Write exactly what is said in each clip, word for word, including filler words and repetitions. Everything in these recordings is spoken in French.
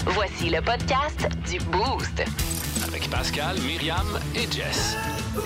Voici le podcast du Boost. Avec Pascal, Myriam et Jess.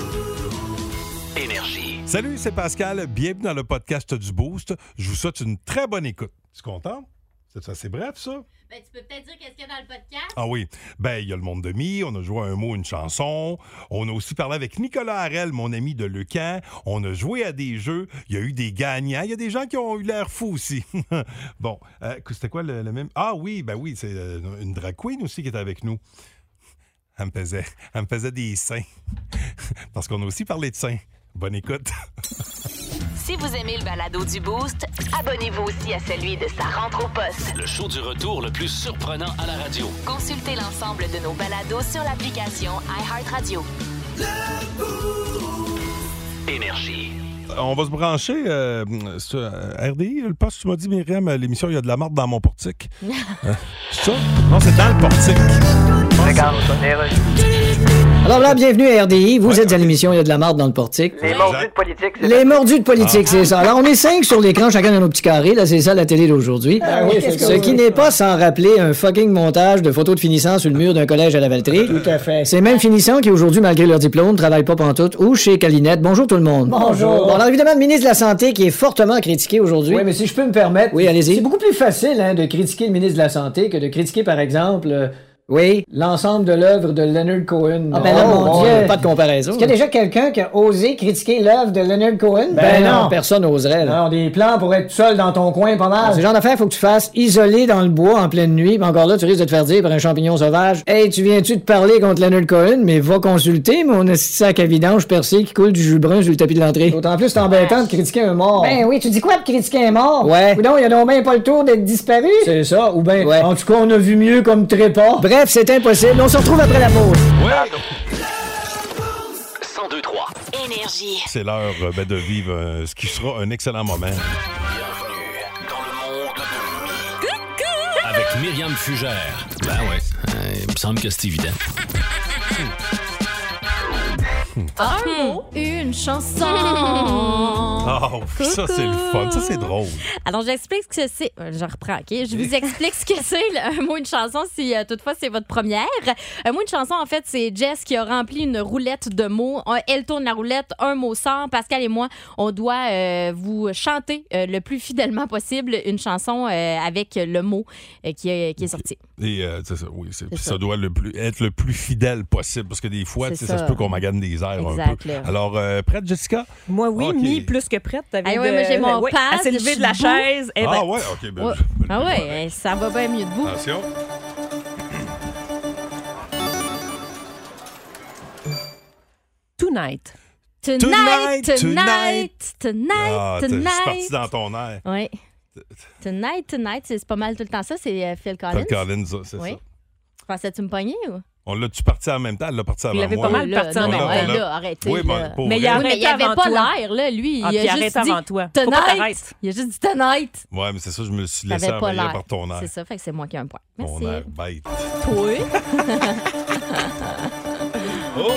Énergie. Salut, c'est Pascal. Bienvenue dans le podcast du Boost. Je vous souhaite une très bonne écoute. Tu es content? C'est assez bref, ça? Ben, tu peux peut-être dire qu'est-ce qu'il y a dans le podcast? Ah oui. Ben, il y a le monde de mi, on a joué un mot, une chanson. On a aussi parlé avec Nicolas Harel, mon ami de Leucan. On a joué à des jeux. Il y a eu des gagnants. Il y a des gens qui ont eu l'air fous aussi. Bon, euh, c'était quoi le, le même? Ah oui, ben oui, c'est euh, une drag queen aussi qui était avec nous. Elle me faisait, elle me faisait des seins. Parce qu'on a aussi parlé de seins. Bonne écoute. Si vous aimez le balado du Boost, abonnez-vous aussi à celui de Sa rentre au poste. Le show du retour le plus surprenant à la radio. Consultez l'ensemble de nos balados sur l'application iHeartRadio. Énergie. On va se brancher euh, sur R D I, le poste, tu m'as dit, Myriam, l'émission, il y a de la marde dans mon portique. euh, c'est ça? Non, c'est dans le portique. Regarde, Alors là, bienvenue à R D I. Vous ouais, êtes okay. à l'émission Il y a de la marde dans le portique. Les mordus de politique, c'est Les mordus de politique, ah. c'est ça. Alors, on est cinq sur l'écran, chacun dans nos petits carrés. Là, c'est ça la télé d'aujourd'hui. Ah, oui, c'est Ce qui n'est pas sans rappeler un fucking montage de photos de finissants sur le mur d'un collège à la Valtrie. Tout à fait. Ces mêmes finissants qui, aujourd'hui, malgré leur diplôme, travaillent pas pantoute ou chez Calinette. Bonjour tout le monde. Bonjour. Bon, alors, évidemment, le ministre de la Santé qui est fortement critiqué aujourd'hui. Oui, mais si je peux me permettre. Oui, allez-y. C'est beaucoup plus facile hein, de critiquer le ministre de la Santé que de critiquer, par exemple... Euh, Oui. L'ensemble de l'œuvre de Leonard Cohen. Ah ben là, oh, mon Dieu. Pas de comparaison. Est-ce qu'il y a déjà quelqu'un qui a osé critiquer l'œuvre de Leonard Cohen? Ben, ben non. non. Personne n'oserait. Non, des plans pour être seul dans ton coin, pas mal. Ce genre d'affaire, faut que tu fasses isolé dans le bois en pleine nuit. Mais encore là, tu risques de te faire dire par un champignon sauvage. Hey, tu viens-tu de parler contre Leonard Cohen? Mais va consulter mon esti sac à vidange percé qui coule du jus brun sur le tapis de l'entrée. D'autant plus, c'est embêtant de critiquer un mort. Ben oui, tu dis quoi de critiquer un mort? Ouais. Ou non, il y a donc bien pas le tour d'être disparu. C'est ça. Ou ben, ouais. En tout cas, on a vu mieux comme trépas. Bref, c'est impossible. On se retrouve après la pause. Oui. cent deux trois. Énergie. C'est l'heure ben, de vivre euh, ce qui sera un excellent moment. Bienvenue dans le monde de Mi. Avec Myriam Fugère. Ben ouais, euh, il me semble que c'est évident. Un mot, une chanson. Oh, ça, c'est le fun. Ça, c'est drôle. Alors, j'explique ce que c'est. Je reprends, OK? Je vous explique ce que c'est, un mot, une chanson, si euh, toutefois c'est votre première. Un mot, une chanson, en fait, c'est Jess qui a rempli une roulette de mots. Elle tourne la roulette, un mot sort. Pascal et moi, on doit euh, vous chanter euh, le plus fidèlement possible une chanson euh, avec le mot euh, qui, est, qui est sorti. Et euh, c'est ça, oui, c'est, c'est ça. ça doit le plus, être le plus fidèle possible parce que des fois, ça. ça se peut qu'on magane des airs exact, un peu. Là. Alors, euh, prête, Jessica? Moi, oui, okay. mi plus que prête. Ah ouais, moi, j'ai mon ouais, pass. Elle s'est levée de la debout. chaise. Et ah ben... ouais, OK. Ben, ouais. je, ah ouais, ça va bien mieux debout. Attention. Tonight. Tonight, Tonight, tonight, tonight, ah, tonight. Je suis parti dans ton air. Oui. Tonight, tonight, c'est pas mal tout le temps ça. C'est euh, Phil Collins. Phil Collins, c'est oui. ça. Pensais-tu me pogner ou? On l'a-tu parti en même temps? Elle l'a parti avant moi. Il l'avait pas mal là, parti non, en même non, temps. Là, là, arrêtez. Oui, là. mais, mais il oui, mais il avait pas toi. l'air, là, lui. Ah, il a juste dit avant toi. Tonight. Il a juste dit tonight. Ouais, mais c'est ça, je me suis laissé envahir l'air. par ton air. C'est ça, fait que c'est moi qui ai un point. Merci. Ton air bête. Toi. Oh!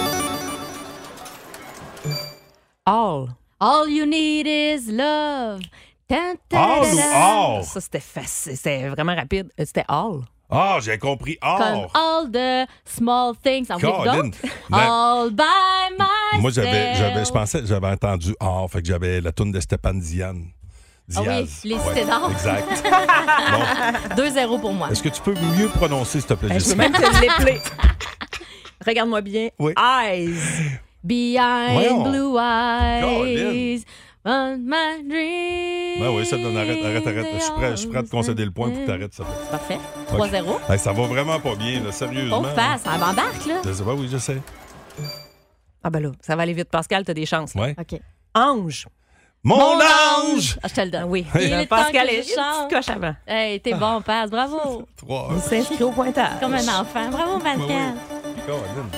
All. All you need is love. All ou all? Ça, c'était facile. C'était vraiment rapide. C'était all. Ah, j'ai compris. All. Comme all the small things. En Colin. All by myself. Moi, j'avais, j'avais, je pensais, j'avais entendu all. Fait que j'avais la toune de Stéphane Diaz. Ah oui, les cités d'or. Exact. Bon. deux zéro pour moi. Est-ce que tu peux mieux prononcer, s'il te plaît, hey, je peux même te l'épeler. Regarde-moi bien. Oui. Eyes. Behind Voyons. blue eyes. Colin. On my dreams. Ben oui, ça donne. Arrête, arrête, arrête. Je suis prêt, je suis prêt à te concéder le point pour que tu arrêtes ça. Parfait. trois zéro. Okay. Hey, ça va vraiment pas bien, là, sérieusement. On face, ça m'embarque, là. Je sais pas, oui, je sais. Ah ben là, ça va aller vite. Pascal, t'as des chances. Ouais. OK. Ange. Mon, Mon ange! ange! Ah, je te le donne. Oui. Il est Pascal est une petite coche avant. Hey, t'es bon, passe. Bravo. Trois. Il s'inscrit au pointage. Comme un enfant. Bravo, Pascal. Ben oui.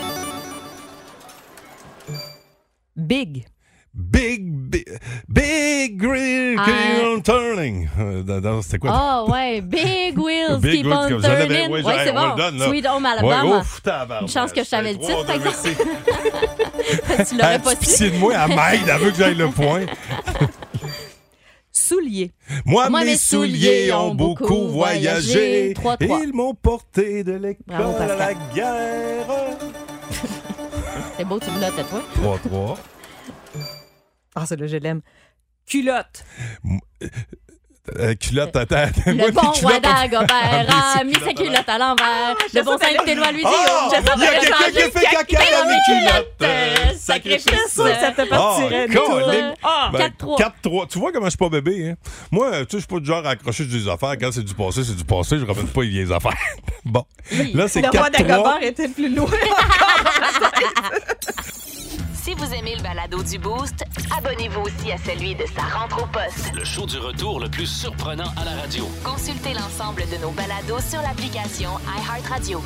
Big. Big, big, big green keep on turning. Euh, C'était quoi? Oh, ouais. Big wheels big keep on wheels, turning. Oui, ouais, c'est bon. Le donne, Sweet Home Alabama. Ouais, ouf, une chance que je savais le titre, par exemple. Tu Elle l'aurais a pas su. pitié de moi, elle m'aide, elle veut que j'aille le point. souliers. Moi, Moi, mes mes souliers ont beaucoup voyagé. trois trois. Ils m'ont porté de l'école Bravo, à la Pascal. guerre. C'est beau, tu me notes à toi. trois trois. Ah, ça, là, je l'aime. Culotte. Euh, culotte, attends. attends. Moi, Le mes bon roi culottes, d'Agobert Ah, a mes mis sa culottes culotte à l'envers. Le bon savais- Saint-Éloi lui dit Ah! oh, je Il y a quelqu'un qui a fait caca dans mes culottes. euh, Sacrifice. sacrifice. Ça te partirait. Ah, nous, colique. là. Ah, Ben, quatre trois. quatre trois. Tu vois comment je suis pas bébé, hein? Moi, tu sais, je suis pas du genre à accrocher des affaires. Quand c'est du passé, c'est du passé. Je ramène pas les vieilles affaires. Bon. Là, c'est le roi quatre trois. d'Agobert était le plus loin. Si vous aimez le balado du Boost, abonnez-vous aussi à celui de Sa rentre au poste. Le show du retour le plus surprenant à la radio. Consultez l'ensemble de nos balados sur l'application iHeartRadio.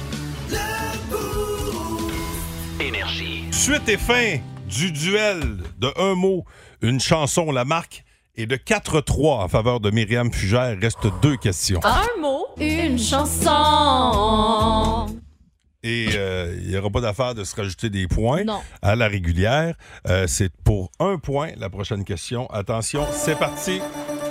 Énergie. Suite et fin du duel de un mot, une chanson, la marque est de quatre trois en faveur de Myriam Fugère. Reste deux questions. Un mot, une chanson. Et euh, il n'y aura pas d'affaire de se rajouter des points Non. à la régulière. Euh, c'est pour un point la prochaine question. Attention, c'est parti.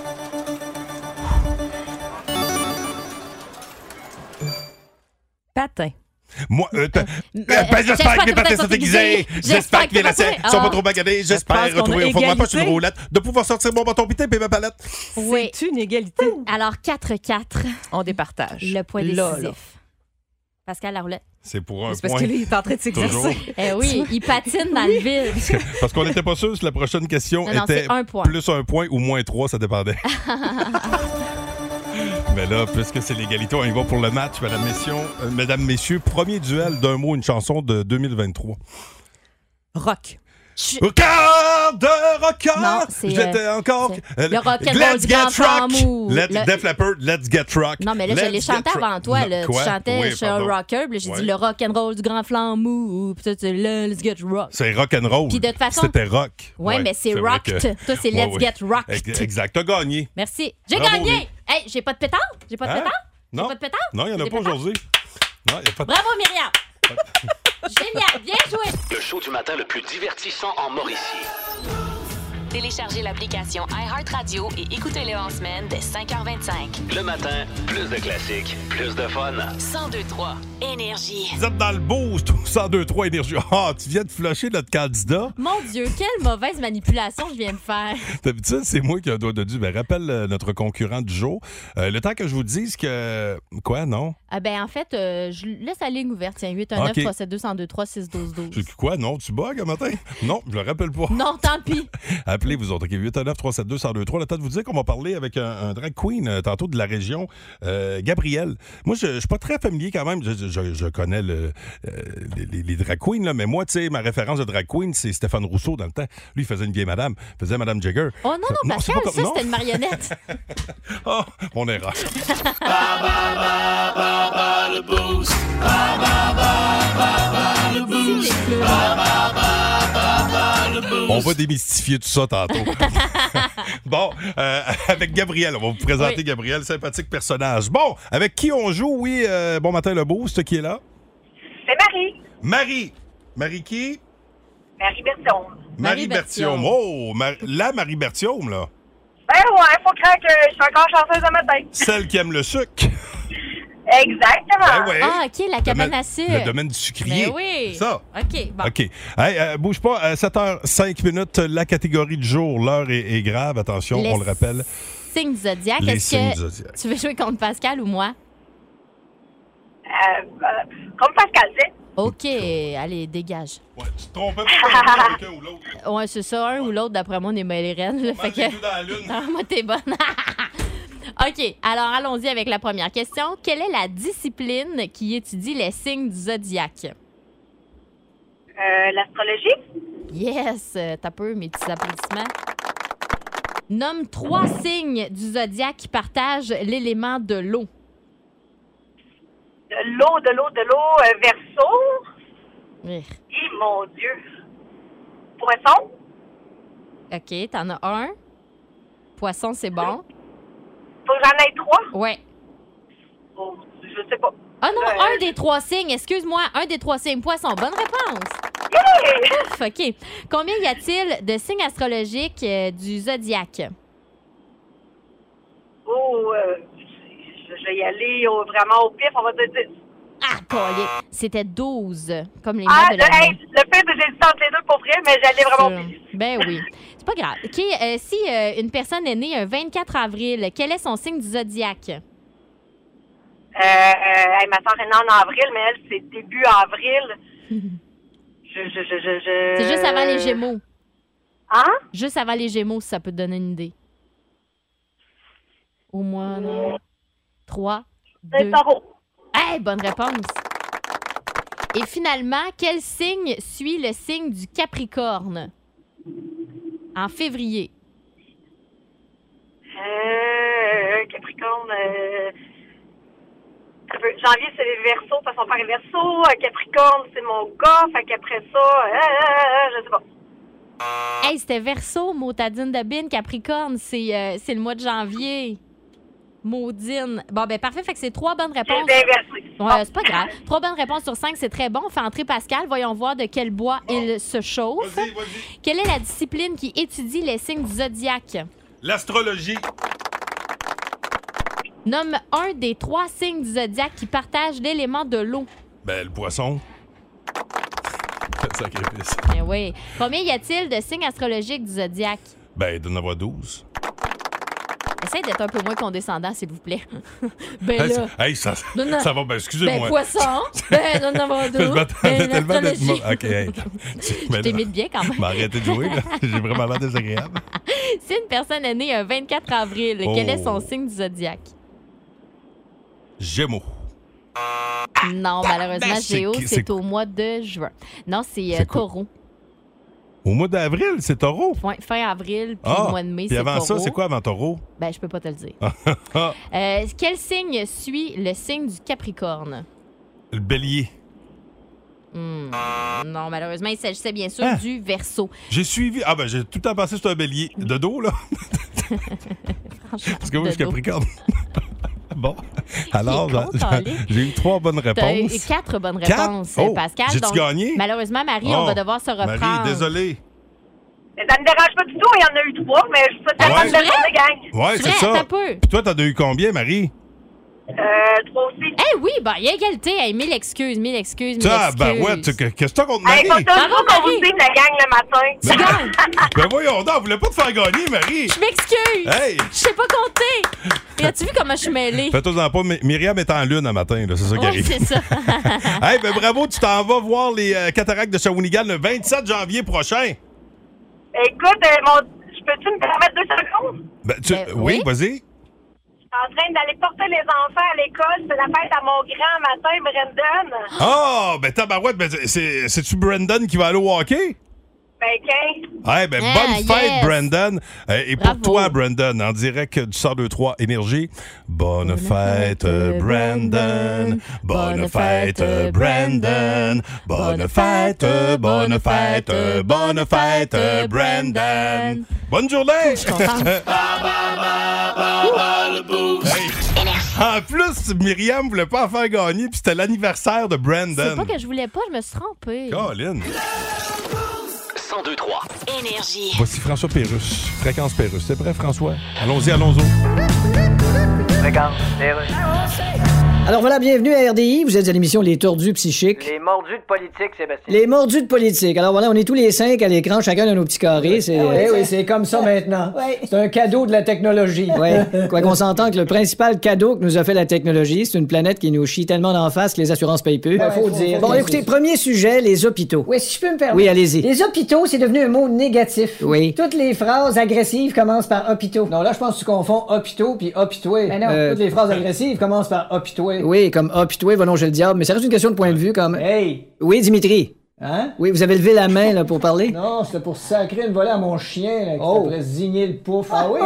Patin. Moi, euh, t- Euh, euh, ben, j'espère que mes patins sont aiguisés. J'espère que mes lacets Ah. sont pas trop bagadés. J'espère pense qu'on retrouver a au fond de ma poche égalité. une roulette, de pouvoir sortir mon bâton pité et ma palette. Oui. C'est une égalité. Alors, quatre quatre. On départage. Le point Là, décisif. là. Pascal, la roulette. C'est pour un C'est parce point. que là, il est en train de Toujours. s'exercer. Eh oui, il patine dans le vide. Parce qu'on n'était pas sûr si la prochaine question Non, non, était c'est un point. plus un point ou moins trois, ça dépendait. Mais là, puisque c'est l'égalité, on y va pour le match, mesdames, messieurs. Euh, mesdames, messieurs, premier duel d'un mot, une chanson de deux mille vingt-trois. Rock. Cœur de rocker! Non, c'est, J'étais euh, encore... c'est le rock'n'roll Let's du get grand rock! flamou. Let's, Le- Def Leppard, Let's get rock. Non, mais là, je Let's l'ai get chanté rock. avant toi. Non, Là. Tu quoi? chantais, Oui, je suis un pardon. rocker. Puis là, j'ai Ouais. dit le rock'n'roll du grand flamou. Puis toi, tu là, let's get rock. C'est rock'n'roll. Puis de toute façon- C'était rock. Ouais, mais c'est vrai rocked. que- Toi, c'est Ouais, let's ouais. get rocked. Ex- Exact. T'as gagné. Merci. J'ai Bravo, gagné! Myri. Hey, j'ai pas de pétard? J'ai pas de Hein? pétard? J'ai Non. pas de pétard? Non, il n'y en a Des pas pétards? aujourd'hui. Non, il n'y a pas de... Bravo, Myriam! Génial, bien joué! Le show du matin le plus divertissant en Mauricie. Téléchargez l'application iHeartRadio et écoutez-le en semaine dès cinq heures vingt-cinq. Le matin, plus de classiques, plus de fun. cent deux trois Énergie. Vous êtes dans le boost au cent deux trois Énergie. Ah, tu viens de flusher notre candidat. Mon Dieu, quelle mauvaise manipulation je viens de faire. D'habitude, c'est moi qui ai un doigt de dû. Ben, rappelle euh, notre concurrent du jour. Euh, le temps que je vous dise que... Quoi, non? Ah ben en fait, euh, je laisse la ligne ouverte. Tiens, huit un neuf trois sept deux zéro deux trois six un deux. Tu- Quoi, non? Tu bugs un matin? Non, je le rappelle pas. Non, tant pis. Appelez vous autres. OK, huit un neuf trois sept deux zéro deux trois. Le temps de vous dire qu'on va parler avec un, un drag queen euh, tantôt de la région, euh, Gabriel. Moi, je ne suis pas très familier quand même. Je, je- je connais le, euh, les, les- les drag queens, là, mais moi, tu sais, ma référence de drag queen, c'est Stéphane Rousseau dans le temps. Lui, il faisait une vieille madame. Il faisait Madame Jagger. Oh non, non, Non, c'est Pascal, pas comme- ça, non. c'était une marionnette. Oh, mon erreur. On va démystifier tout ça tantôt. Bon, euh, avec Gabriel, on va vous présenter Oui. Gabriel, sympathique personnage. Bon, avec qui on joue? Oui, euh, bon matin le boost, qui est là? C'est Marie. Marie. Marie qui? Marie Berton. Marie Berthiaume. Berthiaume. Oh, Mar- la Marie Berthiaume, là. Ben ouais, faut croire que je suis encore chanceuse de matin. Celle qui aime le sucre. Exactement. Ben ouais. Ah, OK, la cabane Domaine- à sucre. Le domaine du sucrier. Ben oui. Ça. OK, bon. OK. Hey, euh, bouge pas. À sept heures cinq minutes, la catégorie du jour. L'heure est, est grave. Attention, Les on le rappelle. Signes du zodiaque. Les Est-ce signes que du zodiaque. tu veux jouer contre Pascal ou moi? Euh, euh, comme Pascal, tu sais. OK, allez, dégage. Ouais, tu te trompais pas quelqu'un ou l'autre. Ouais, c'est ça, un ou l'autre, d'après moi, on est mêlés reines. là, fait Ben, les que... deux dans la lune. Ah, moi, t'es bonne. OK, alors allons-y avec la première question. Quelle est la discipline qui étudie les signes du zodiaque? Euh, l'astrologie. Yes, euh, t'as peu mes petits applaudissements. Nomme trois signes du zodiaque qui partagent l'élément de l'eau. De l'eau, de l'eau, de l'eau. Euh, Verseau. Oui. Et mon Dieu. Poisson. OK, t'en as un. Poisson, c'est bon. Faut que j'en aie trois. Ouais. Oh, je sais pas. Ah non, Euh, un des trois signes, excuse-moi, un des trois signes poisson. Bonne réponse. Yeah! Ouf, OK. Combien y a-t-il de signes astrologiques euh, du zodiaque? y aller au, vraiment au pif. On va dire dix. Ah, collier. C'était douze, comme les Ah, mois de la hey, le fait que j'hésite entre les deux pour vrai, mais j'allais vraiment au pif. Ben oui. C'est pas grave. OK, euh, si euh, une personne est née un vingt-quatre avril, quel est son signe du zodiaque? Euh, euh, hey, ma soeur est née en avril, mais elle, c'est début avril. je, je, je, je, je... C'est juste avant les Gémeaux. Hein? Juste avant les Gémeaux, si ça peut te donner une idée. Au moins, non. Trois, C'est deux... taureau. Hey, bonne réponse. Et finalement, quel signe suit le signe du Capricorne en février? Euh, Capricorne... Euh... Janvier, c'est les Verseaux, parce qu'on parle Verseau. Capricorne, c'est mon gars. Fait qu'après ça, euh, euh, je sais pas. Hey, c'était Verseau, motadine de bine. Capricorne, c'est euh, c'est le mois de janvier. Maudine. Bon, ben parfait. Fait que c'est trois bonnes réponses. J'ai inversé. Ouais, c'est pas grave. Trois bonnes réponses sur cinq, c'est très bon. On fait entrer Pascal. Voyons voir de quel bois il se chauffe. Vas-y, vas-y. Quelle est la discipline qui étudie les signes du zodiaque? L'astrologie. Nomme un des trois signes du zodiaque qui partagent l'élément de l'eau. Ben, le poisson. Sacrifice. Eh oui. Combien y a-t-il de signes astrologiques du zodiaque? Ben, il doit en avoir douze. Essaye d'être un peu moins condescendant, s'il vous plaît. ben Hey, là... ça, hey, ça, Non, non. ça va, ben, excusez-moi. Ben, poisson. Ben, non, non, non, Je m'attendais ben, tellement d'être astrologie. mo- OK, hey. Je t'imite bien quand même. Ben, arrêtez de jouer, là. J'ai vraiment l'air désagréable. Si une personne est née un vingt-quatre avril, Oh. quel est son signe du zodiaque? Gémeaux. Non, malheureusement, ben, c'est Géo, qui- c'est c'est- au mois de juin. Non, c'est euh, C'est quoi? taureau. Au mois d'avril, c'est taureau. Fin, fin avril, puis Ah, le mois de mai, puis c'est avant taureau. ça, c'est quoi avant taureau? Ben, je peux pas te le dire. Ah, Euh, quel signe suit le signe du Capricorne? le bélier. Hmm, Non, malheureusement, il s'agissait bien sûr Ah. du Verseau. J'ai suivi... Ah ben, j'ai tout le temps pensé que c'était un bélier. De dos, là. Franchement, Parce que moi, je suis de dos. Capricorne. Bon. Alors, con, j'ai- Calais. j'ai eu trois bonnes T'as eu réponses. quatre bonnes Quatre? réponses, Oh, Pascal. j'ai-tu Donc, gagné? Malheureusement, Marie, Oh, on va devoir se reprendre. Marie, désolé. Mais ça me dérange pas du tout, il y en a eu trois, mais je suis pas Ouais. tellement de journée, gang. Ouais, C'est c'est vrai, ça. attends un peu. Puis toi, t'en as eu combien, Marie? Euh, trois aussi. Eh oui, ben, il y a égalité. Hey, mille excuses, mille excuses, mille Ça, excuses. ben ouais, tu- qu'est-ce que t'as contre Hey, Marie? faut toujours qu'on vous dise la gang le matin. Tu gagnes. Ben voyons donc, on voulait pas te faire gagner, Marie. Je m'excuse. Hey! Je sais pas compter. Et as-tu vu comment je suis mêlée? Fais-toi-en pas, My- Myriam est en lune un matin, là, c'est ça qui Oui, arrive. c'est ça. Hey, ben bravo, tu t'en vas voir les euh, cataractes de Shawinigan le vingt-sept janvier prochain. Écoute, euh, mon... je peux-tu me permettre deux secondes? Ben, tu... Ben, oui, oui. vas-y. Je suis en train d'aller porter les enfants à l'école. C'est la fête à mon grand matin, Brendan. Ah, ben tabarouette, ben, c'est- c'est-tu Brandon qui va aller au hockey? Ben, quinze. Eh ben, Ah, bonne fête, yes. Brandon. Euh, et pour Bravo. toi, Brandon, en direct du cent deux trois Énergie, bonne, fête, fête, Brandon. Bonne Bonne fête, fête, Brandon. Bonne Bonne fête, fête, bonne fête, bonne bonne fête, fête, Brandon. Brandon. Bonne journée. contente. Hey. En plus, Myriam voulait pas en faire gagner, puis c'était l'anniversaire de Brandon. C'est pas que je voulais pas, je me suis trompée. Colin. cent deux trois. Énergie. Voici François Pérusse, Fréquence Pérusse. C'est prêt, François? Allons-y, allons-y. Alors voilà, bienvenue à R D I. Vous êtes à l'émission Les Tordus Psychiques. Les mordus de politique, Sébastien. Les mordus de politique. Alors voilà, on est tous les cinq à l'écran, chacun dans nos petits carrés. C'est, Eh oui, c'est comme ça maintenant. C'est un cadeau de la technologie. Oui. Quoi qu'on s'entende que le principal cadeau que nous a fait la technologie, c'est une planète qui nous chie tellement d'en face que les assurances payent peu. Ouais, faut dire. Bon, écoutez, premier sujet, les hôpitaux. Oui, si je peux me permettre. Oui, allez-y. Les hôpitaux, c'est devenu un mot négatif. Oui. Toutes les phrases agressives commencent par hôpitaux. Non, là, je pense que tu confonds hôpitaux puis hôpitoué. Mais non, Euh, toutes les phrases agressives commencent par hôpitoué. Oui, comme hôpitoué, va longer le diable. Mais ça reste une question de point de vue, comme. Hey! Oui, Dimitri. Hein? Oui, vous avez levé la main là, pour parler? Non, c'était pour sacrer une volée à mon chien, là, qui Oh. pourrait zigner le pouf. Ah oui?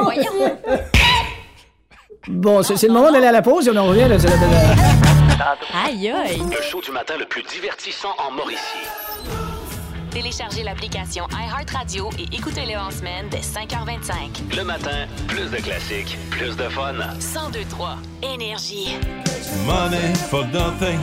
Bon, c'est c'est le moment d'aller à la pause et on en revient. Là, c'est la- la- Aïe, aïe. Le show du matin le plus divertissant en Mauricie. Téléchargez l'application iHeartRadio et écoutez-le en semaine dès cinq heures vingt-cinq. Le matin, plus de classiques, plus de fun. cent deux trois. Énergie. Money for nothing.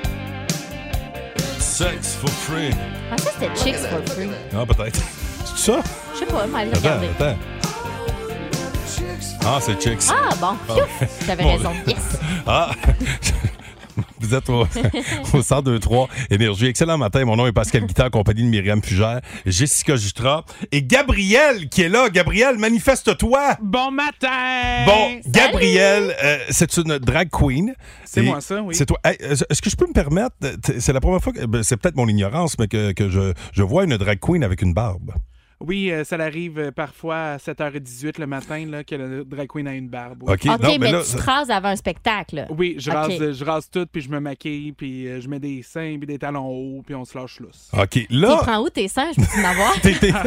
Sex for free. Ah, ça, c'était Chicks for Free. Ah, peut-être. C'est ça? Je sais pas, mais allez Attends, regarder. attends. Ah, c'est Chicks. Ah, bon. Piouf, j'avais Bon, raison. Yes. Ah! Vous êtes au, au cent deux trois Énergie. Excellent matin. Mon nom est Pascal Guitard, compagnie de Myriam Fugère, Jessica Jutra et Gabriel qui est là. Gabriel, manifeste-toi. Bon matin! Bon, Gabriel, euh, c'est une drag queen. C'est Et moi ça, oui. C'est toi. Hey, est-ce que je peux me permettre, c'est la première fois, que, ben, c'est peut-être mon ignorance, mais que, que je, je vois une drag queen avec une barbe. Oui, euh, ça arrive euh, parfois à sept heures dix-huit le matin là, que le drag queen a une barbe. Oui, OK, OK, non, mais, mais là, tu te rases avant un spectacle. oui je, OK. rase, je rase tout, puis je me maquille, puis euh, je mets des seins, puis des talons hauts, puis on se lâche lousse. OK, Tu là... prends où tes seins? Je peux en avoir? t'es- t'es-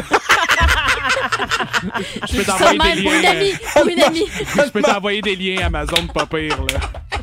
Je peux Ça t'envoyer même des pour une liens. amie. Pour une amie. Je peux t'envoyer des liens Amazon pas pire, là.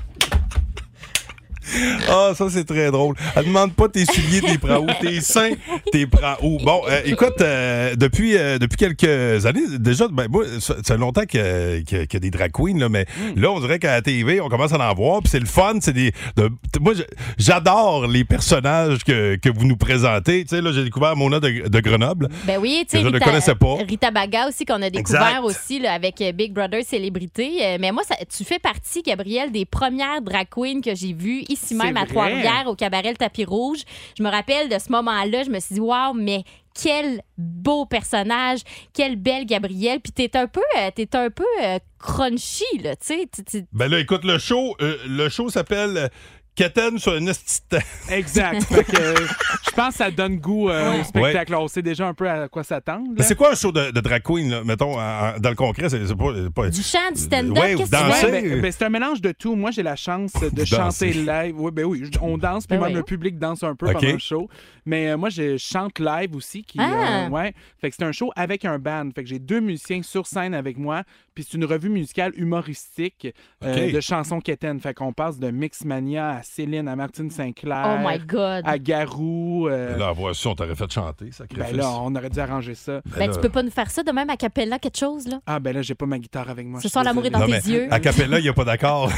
Ah, ça, c'est très drôle. Elle demande pas tes souliers, t'es prends où? Tes seins, t'es prends où? Bon, euh, écoute, euh, depuis, euh, depuis quelques années, déjà, ben, moi, ça, ça fait longtemps qu'il y a, qu'il y a- qu'il y a des drag queens, là, mais Mm. là, on dirait qu'à la T V, on commence à en voir, puis c'est le fun. C'est des, de- moi, je- j'adore les personnages que, que vous nous présentez. Tu sais, là, j'ai découvert Mona de, de Grenoble. Ben oui, tu sais, Que je ne Rita, connaissais pas. Rita Baga aussi, qu'on a découvert Exact. aussi là, avec euh, Big Brother Célébrité. Euh, mais moi, ça- tu fais partie, Gabriel, des premières drag queens que j'ai vues ici même C'est à vrai? Trois-Rivières, au cabaret Le Tapis Rouge. Je me rappelle de ce moment-là, je me suis dit, waouh, mais quel beau personnage, quelle belle Gabrielle. Puis t'es un peu, euh, t'es un peu euh, crunchy, là, tu sais. Tu- tu- Ben là, écoute, le show, euh, le show s'appelle euh, Keten sur un esti de temps. Exact. Fait que, euh, je pense que ça donne goût euh, Ouais. au spectacle. On sait déjà un peu à quoi s'attendre. Mais là. c'est quoi un show de, de drag queen, là? Mettons, en- en- dans le concret, c'est, c'est pas... c'est pas- Du chant, du stand-up, Ouais, qu'est-ce vous que tu dansez. fais? Ouais, ben, ben, c'est un mélange de tout. Moi, j'ai la chance de Vous chanter dansez. live. Oui, ben oui, je- on danse, puis Ben même oui. le public danse un peu OK. pendant le show. Mais euh, moi, je chante live aussi. Qui, Ah. euh, ouais. Fait que c'est un show avec un band. Fait que j'ai deux musiciens sur scène avec moi. Puis c'est une revue musicale humoristique euh, OK. de chansons quétaines. Fait qu'on passe de Mixmania à Céline, à Martine Sinclair, Oh my God. à Garou. euh, Là, voir si on t'aurait fait chanter, sacrifice. ben là, on aurait dû arranger ça. Ben Ben, là- tu peux pas nous faire ça de même à Capella, quelque chose, là? Ah, ben là, j'ai pas ma guitare avec moi. Ce je suis soir, l'amour est désolé. dans Non, tes mais yeux. à Capella, il n'y a pas d'accord.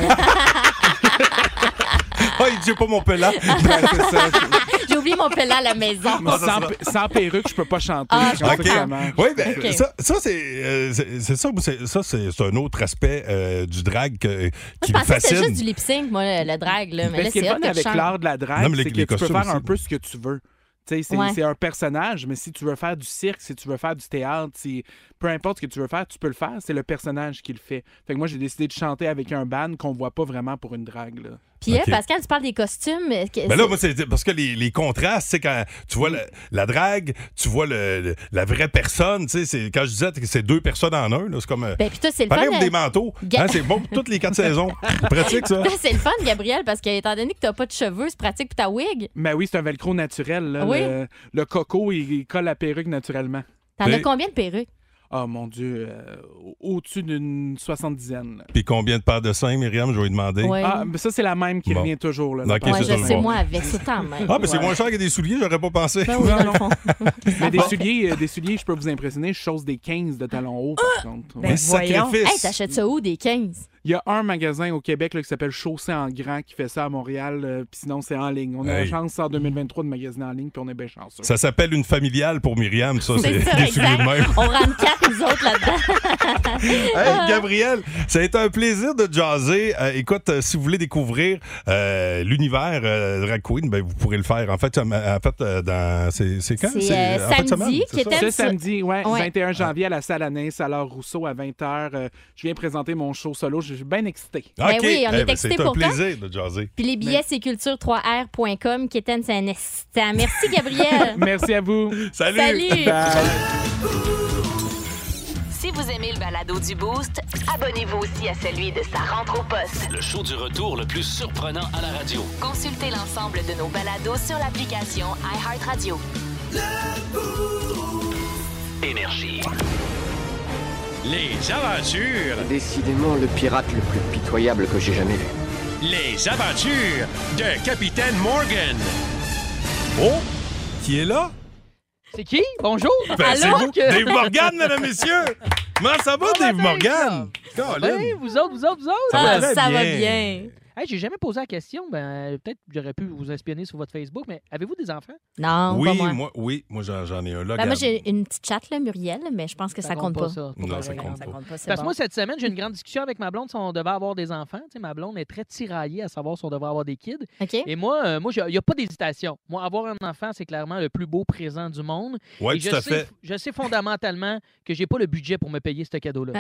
Ah, il dit pas mon pelant. Ben, c'est ça. J'ai oublié mon pella à la maison. Moi, sans, sans perruque, je peux pas chanter. Ah, C'est comme ça OK. que ça marche. Oui, ben, OK. ça, ça, c'est, euh, c'est, c'est ça, c'est, ça c'est, c'est un autre aspect euh, du drag que- qui Je me pensais que c'était fascine. juste du lip sync, moi, le, le drag. Là. Mais Mais là, ce qui est c'est le hot fun que tu avec chantes. l'art de la drague, Non, mais les- c'est que les tu peux costumes faire un aussi. peu ce que tu veux. Tu sais, C'est Ouais. c'est un personnage, mais si tu veux faire du cirque, si tu veux faire du théâtre, si, peu importe ce que tu veux faire, tu peux le faire. C'est le personnage qui le fait. Fait que moi, j'ai décidé de chanter avec un band qu'on voit pas vraiment pour une drague. Là. Puis là, OK. Pascal, tu parles des costumes. que- Ben là, moi, c'est parce que les, les contrastes, c'est quand tu vois la, la drague, tu vois le, le- la vraie personne, tu sais, c'est quand je disais que c'est deux personnes en un, là, c'est comme euh, Ben, puis toi, c'est le pareil fun. comme euh, des manteaux. Ga- Hein, c'est bon pour toutes les quatre saisons. C'est pratique, ça. Ben, c'est le fun, Gabriel, parce que étant donné que t'as pas de cheveux, c'est pratique pour ta wig. Mais oui, c'est un velcro naturel. Là. Oui. Le, le coco, il, il colle la perruque naturellement. T'en Mais- as combien de perruques? Oh mon Dieu, euh, au-dessus d'une soixante-dizaine. là. Puis combien de paires de seins, Myriam, je vais lui demander. Ouais. Ah, mais ça, c'est la même qui Bon. revient toujours. Là, Ok, la c'est paire Ouais, de ça, je je seins. sais, vois. moi, avec, c'est tant même. Ah, ben c'est Ouais. moins cher que des souliers, j'aurais pas pensé. Ben oui, dans le fond. Mais des souliers, euh, des souliers, je peux vous impressionner, je chose des quinze de talons hauts, par contre. Ben, Un voyons. sacrifice. Hey, t'achètes ça où, des quinze? Il y a un magasin au Québec là, qui s'appelle Chaussée en Grand qui fait ça à Montréal, euh, puis sinon c'est en ligne. On a Hey. la chance en deux mille vingt-trois de magasiner en ligne, puis on est bien chanceux. Ça s'appelle une familiale pour Myriam, ça, c'est, C'est ça, des souliers de exact. même. On rentre quatre, nous autres, là-dedans. Hey, Gabriel, ça a été un plaisir de jaser. Euh, écoute, euh, si vous voulez découvrir euh, l'univers euh, drag queen, ben, vous pourrez le faire. En fait, euh, en fait euh, dans, c'est, c'est quand? C'est, euh, en fait de samedi, semaine, qui c'est ça? était- Ce samedi, ouais, Ouais. vingt et un janvier à la salle Annis, à l'heure Rousseau à vingt heures. euh, je viens présenter mon show solo. Je suis bien excité. Ben OK. oui, on Eh est ben, excités c'est pour un toi. plaisir de jaser. Puis les billets, c'est culture trois r point com, qui est un instant. Merci, Gabriel. Merci à vous. Salut! Salut! Bye. Si vous aimez le balado du Boost, abonnez-vous aussi à celui de sa rentre au poste. Le show du retour le plus surprenant à la radio. Consultez l'ensemble de nos balados sur l'application iHeartRadio. Énergie. Les aventures, Décidément le pirate le plus pitoyable que j'ai jamais vu. les aventures de Capitaine Morgan. Oh! Qui est là? C'est qui? Bonjour! Ben, c'est Allô? vous, Dave Morgan, mesdames et messieurs! Comment ça va, Bon Dave matin, Morgan? Ben, Colin. vous autres, vous autres, vous autres? Ça va Ah, très ça va bien. bien. Hey, j'ai jamais posé la question. Ben, peut-être que j'aurais pu vous espionner sur votre Facebook, mais avez-vous des enfants? Non, oui, pas moi. moi. Oui, moi, j'en, j'en ai un là. Ben, moi, j'ai une petite chatte, là, Muriel, mais je pense que ça, Ça compte compte pas. pas, ça. Non, ça Ouais, compte ça pas. compte pas, c'est Parce que bon. moi, cette semaine, j'ai une grande discussion avec ma blonde si on devait avoir des enfants. Tu sais, ma blonde est très tiraillée à savoir si on devrait avoir des kids. OK. Et moi, euh, moi, il n'y a pas d'hésitation. Moi, avoir un enfant, c'est clairement le plus beau présent du monde. Oui, Et tout je à sais, fait. Je sais fondamentalement que j'ai pas le budget pour me payer ce cadeau-là.